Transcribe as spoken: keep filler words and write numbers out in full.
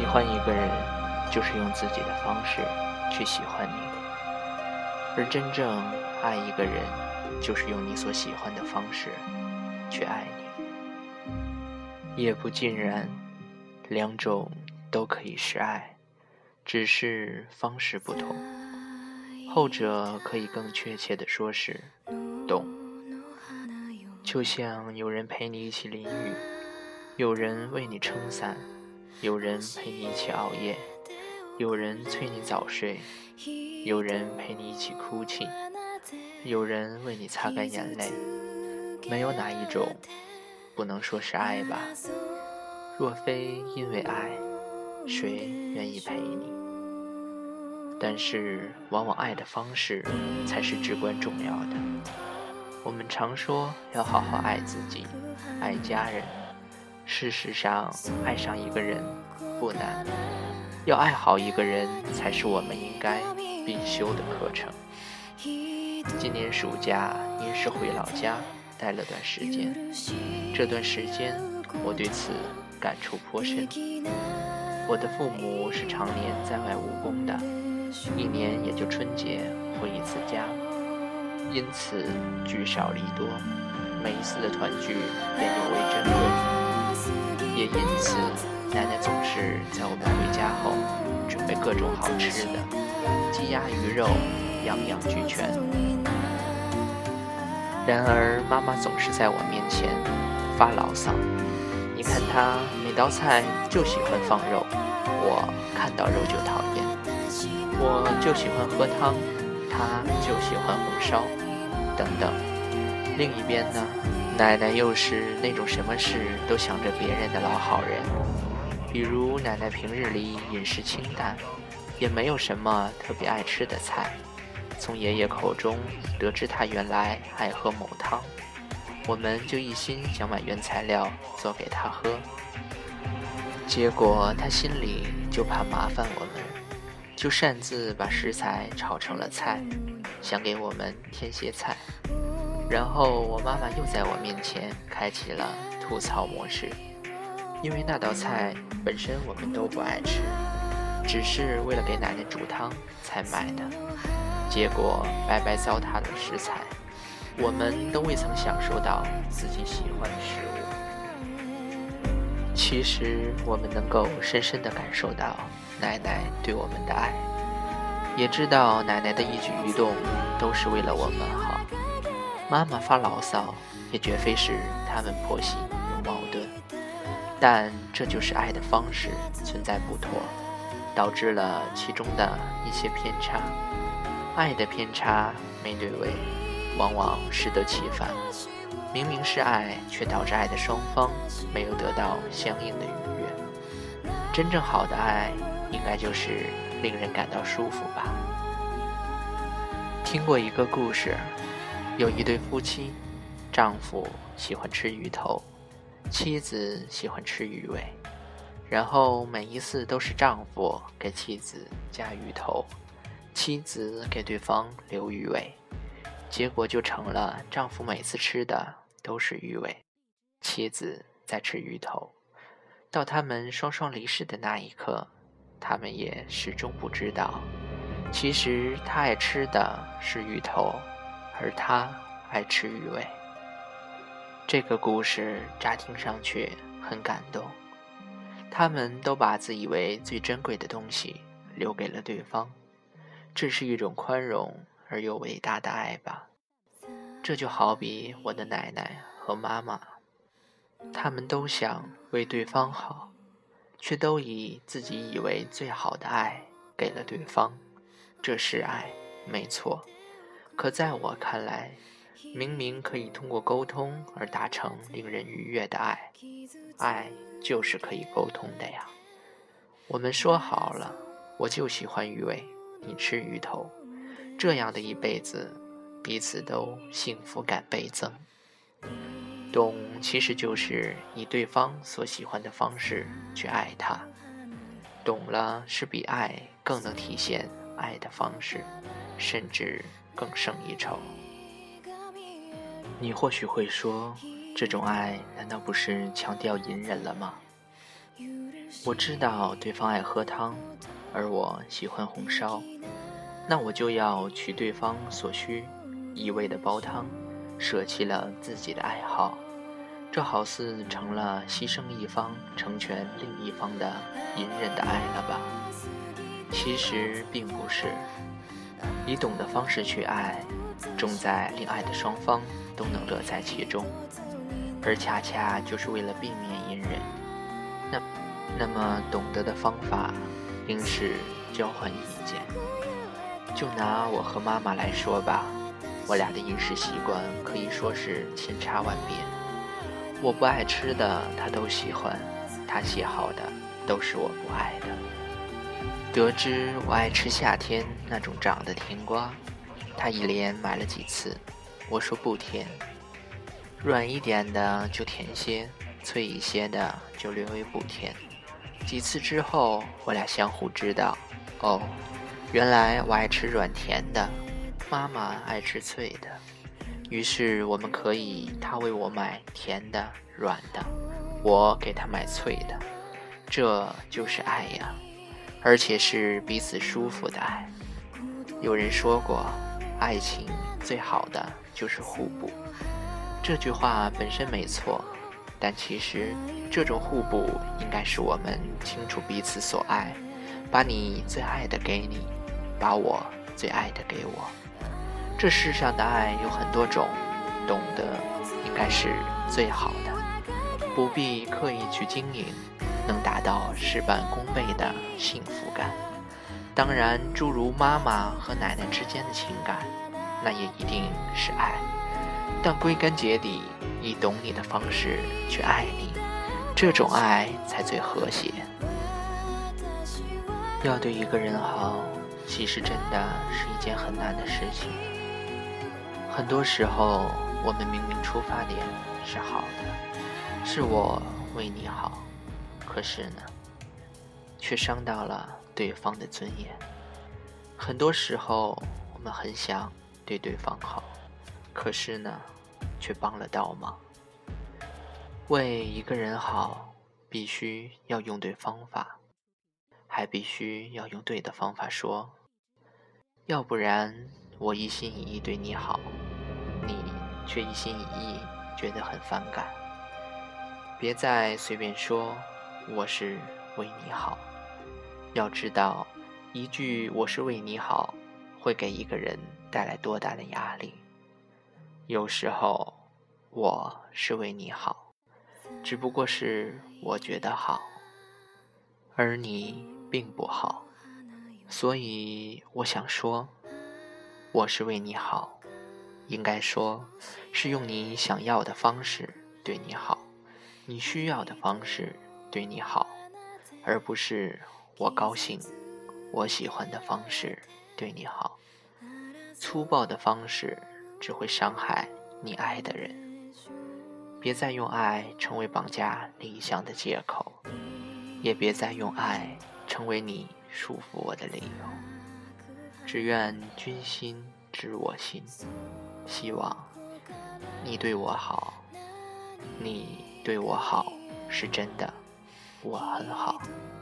欢一个人，就是用自己的方式去喜欢你，而真正爱一个人，就是用你所喜欢的方式去爱你。也不尽然，两种都可以是爱，只是方式不同。后者可以更确切地说是懂。就像有人陪你一起淋雨，有人为你撑伞，有人陪你一起熬夜，有人催你早睡，有人陪你一起哭泣，有人为你擦干眼泪。没有哪一种不能说是爱吧？若非因为爱，谁愿意陪你？但是往往爱的方式才是至关重要的。我们常说要好好爱自己，爱家人。事实上，爱上一个人不难，要爱好一个人才是我们应该必修的课程。今年暑假因是回老家待了段时间，这段时间我对此感触颇深。我的父母是常年在外务工的，一年也就春节回一次家，因此聚少离多，每一次的团聚便尤为珍贵。也因此，奶奶总是在我们回家后准备各种好吃的，鸡鸭鱼肉样样俱全。然而妈妈总是在我面前发牢骚，你看她每道菜就喜欢放肉，我看到肉就讨厌；我就喜欢喝汤，她就喜欢红烧，等等。另一边呢，奶奶又是那种什么事都想着别人的老好人。比如奶奶平日里饮食清淡，也没有什么特别爱吃的菜。从爷爷口中得知她原来爱喝某汤，我们就一心想买原材料做给她喝。结果她心里就怕麻烦我们，就擅自把食材炒成了菜，想给我们添些菜。然后我妈妈又在我面前开启了吐槽模式，因为那道菜本身我们都不爱吃，只是为了给奶奶煮汤才买的，结果白白糟蹋了食材，我们都未曾享受到自己喜欢的食物。其实我们能够深深地感受到奶奶对我们的爱，也知道奶奶的一举一动都是为了我们好。妈妈发牢骚也绝非是他们婆媳有矛盾，但这就是爱的方式存在不妥，导致了其中的一些偏差。爱的偏差没对位，往往适得其反。明明是爱，却导致爱的双方没有得到相应的愉悦。真正好的爱应该就是令人感到舒服吧。听过一个故事，有一对夫妻，丈夫喜欢吃鱼头，妻子喜欢吃鱼尾，然后每一次都是丈夫给妻子加鱼头，妻子给对方留鱼尾，结果就成了丈夫每次吃的都是鱼尾，妻子在吃鱼头。到他们双双离世的那一刻，他们也始终不知道，其实他爱吃的是鱼头，而他爱吃鱼尾。这个故事乍听上去很感动，他们都把自以为最珍贵的东西留给了对方，这是一种宽容而又伟大的爱吧。这就好比我的奶奶和妈妈，他们都想为对方好，却都以自己以为最好的爱给了对方，这是爱，没错。可在我看来，明明可以通过沟通而达成令人愉悦的爱，爱就是可以沟通的呀。我们说好了，我就喜欢鱼尾，你吃鱼头，这样的一辈子，彼此都幸福感倍增。懂其实就是以对方所喜欢的方式去爱他，懂了是比爱更能体现爱的方式，甚至更胜一筹。你或许会说，这种爱难道不是强调隐忍了吗？ 我知道对方爱喝汤，而我喜欢红烧，那我就要取对方所需，一味的煲汤，舍弃了自己的爱好，这好似成了牺牲一方成全另一方的隐忍的爱了吧？其实并不是，以懂的方式去爱，重在令爱的双方都能乐在其中，而恰恰就是为了避免隐忍。那那么懂得的方法应是交换意见。就拿我和妈妈来说吧，我俩的饮食习惯可以说是千差万别，我不爱吃的她都喜欢，她喜好的都是我不爱的。得知我爱吃夏天那种长的甜瓜，她一连买了几次，我说不甜，软一点的就甜些，脆一些的就略微不甜。几次之后，我俩相互知道，哦，原来我爱吃软甜的，妈妈爱吃脆的。于是我们可以，她为我买甜的、软的，我给她买脆的，这就是爱呀，而且是彼此舒服的爱。有人说过，爱情最好的就是互补，这句话本身没错，但其实这种互补应该是我们清楚彼此所爱，把你最爱的给你，把我最爱的给我。这世上的爱有很多种，懂得应该是最好的，不必刻意去经营，能达到事半功倍的幸福感。当然，诸如妈妈和奶奶之间的情感，那也一定是爱，但归根结底，以懂你的方式去爱你，这种爱才最和谐。要对一个人好，其实真的是一件很难的事情。很多时候，我们明明出发点是好的，是我为你好，可是呢，却伤到了对方的尊严。很多时候，我们很想对对方好，可是呢，却帮了倒忙。为一个人好，必须要用对方法，还必须要用对的方法说，要不然我一心一意对你好，你却一心一意觉得很反感。别再随便说我是为你好，要知道一句我是为你好会给一个人带来多大的压力。有时候我是为你好，只不过是我觉得好，而你并不好，所以我想说，我是为你好，应该说是用你想要的方式对你好，你需要的方式对你好，而不是我高兴我喜欢的方式对你好。粗暴的方式只会伤害你爱的人。别再用爱成为绑架理想的借口，也别再用爱成为你束缚我的理由。只愿君心知我心，希望你对我好，你对我好是真的，我很好。